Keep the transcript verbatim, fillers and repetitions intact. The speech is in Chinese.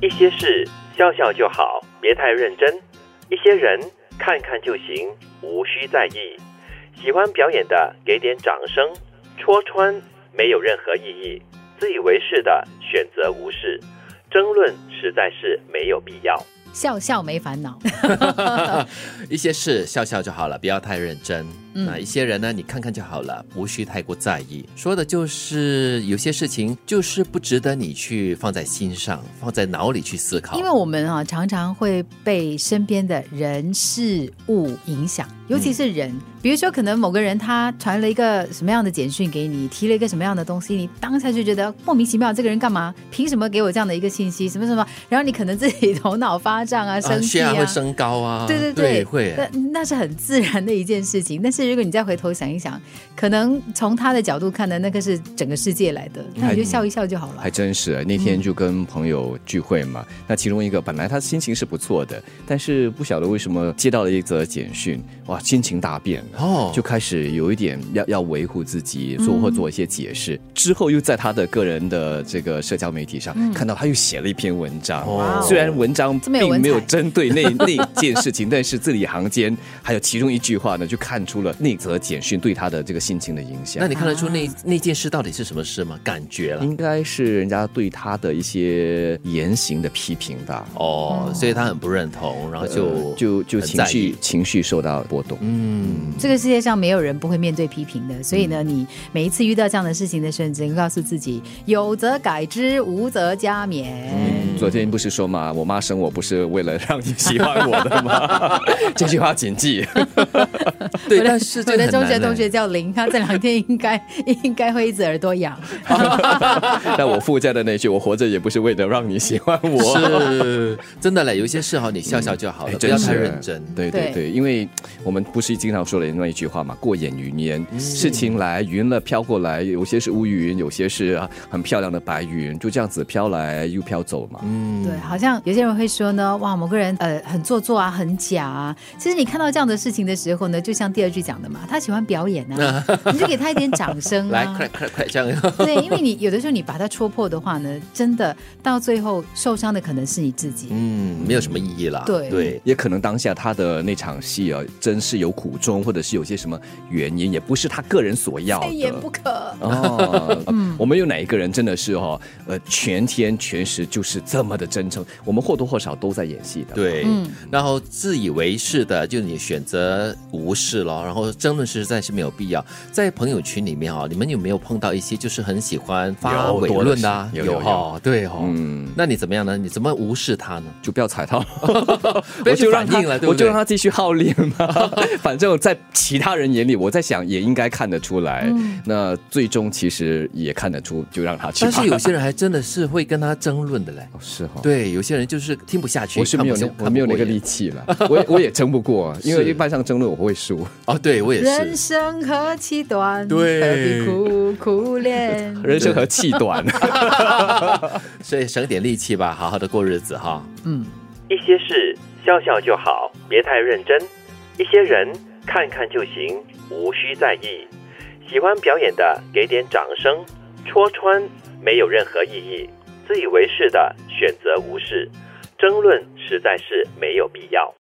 一些事笑笑就好，别太认真；一些人看看就行，无需在意。喜欢表演的给点掌声，戳穿没有任何意义。自以为是的选择无视，争论实在是没有必要。 笑笑没烦恼一些事笑笑就好了，不要太认真。嗯、那一些人呢，你看看就好了，无需太过在意。说的就是有些事情就是不值得你去放在心上，放在脑里去思考。 因为我们啊常常会被身边的人事物影响，尤其是人、嗯、比如说可能某个人他传了一个什么样的简讯给你，提了一个什么样的东西，你当下就觉得莫名其妙，这个人干嘛凭什么给我这样的一个信息什么什么，然后你可能自己头脑发胀啊，生气啊， 血压会升高啊， 对对 对, 对会那那是很自然的一件事情。但是如果你再回头想一想，可能从他的角度看的那个是整个世界来的，那你就笑一笑就好了。 还真是那天就跟朋友聚会嘛、嗯、那其中一个本来他心情是不错的，但是不晓得为什么接到了一则简讯，哇，心情大变了、哦、就开始有一点要要维护自己，做或做一些解释、嗯、之后又在他的个人的这个社交媒体上、嗯、看到他又写了一篇文章、哦、虽然文章并没有针对那那件事情，但是字里行间还有其中一句话呢，就看出了那则简讯对他的这个心情的影响。 那你看得出那、啊、那件事到底是什么事吗？感觉了， 应该是人家对他的一些言行的批评吧。 哦，所以他很不认同，然后就、呃、 就就情绪情绪受到波动。 嗯，这个世界上没有人不会面对批评的，所以呢，你每一次遇到这样的事情的时候，你只能告诉自己，有则改之，无则加勉。 嗯，昨天不是说嘛，我妈生我不是为了让你喜欢我的吗？这句话谨记。 对，但是我的中学同学叫林，他这两天应该应该会一直耳朵痒。 但我附加的那句，我活着也不是为了让你喜欢我。 是真的嘞，有些事好你笑笑就好了、嗯、不要太认真。 对对对，因为我们不是经常说的那一句话嘛，过眼云烟、嗯、事情来云了飘过来，有些是乌云，有些是很漂亮的白云，就这样子飘来又飘走嘛。 嗯，对，好像有些人会说呢，哇，某个人呃很做作啊，很假啊。其实你看到这样的事情的时候呢，就像第二句讲的嘛，他喜欢表演啊，你就给他一点掌声啊， 来快快快这样。 对，因为你有的时候你把它戳破的话呢，真的到最后受伤的可能是你自己。 嗯，没有什么意义啦。 对对，也可能当下他的那场戏啊，真是有苦衷，或者是有些什么原因，也不是他个人所要的， 非演不可。 哦，嗯，我们有哪一个人真的是哦，呃，全天全时就是这么的真诚？我们或多或少都在演戏的。 对，嗯，然后自以为是的，就你选择无视咯，然后争论实在是没有必要。在朋友群里面哦，你们有没有碰到一些就是很喜欢发伪论的、啊？ 有有哦，对哦，嗯，那你怎么样呢？你怎么无视他呢？ 就不要踩他， 我就让他，对对我就让他继续好练嘛。反正在其他人眼里，我在想也应该看得出来。嗯、那最终其实也看得出，就让他去。 但是有些人还真的是会跟他争论的嘞。 哦、是哈、哦， 对，有些人就是听不下去。 我是没有那我没有那个力气了，我也我也争不过，因为一般上争论我会输。 哦，对我也是。 人生何其短， 对， 何必苦苦恋。 人生何其短， 所以省点力气吧，好好的过日子哈。 嗯， 一些事笑笑就好，别太认真；一些人看看就行，无需在意。喜欢表演的给点掌声，戳穿没有任何意义。自以为是的选择无视，争论实在是没有必要。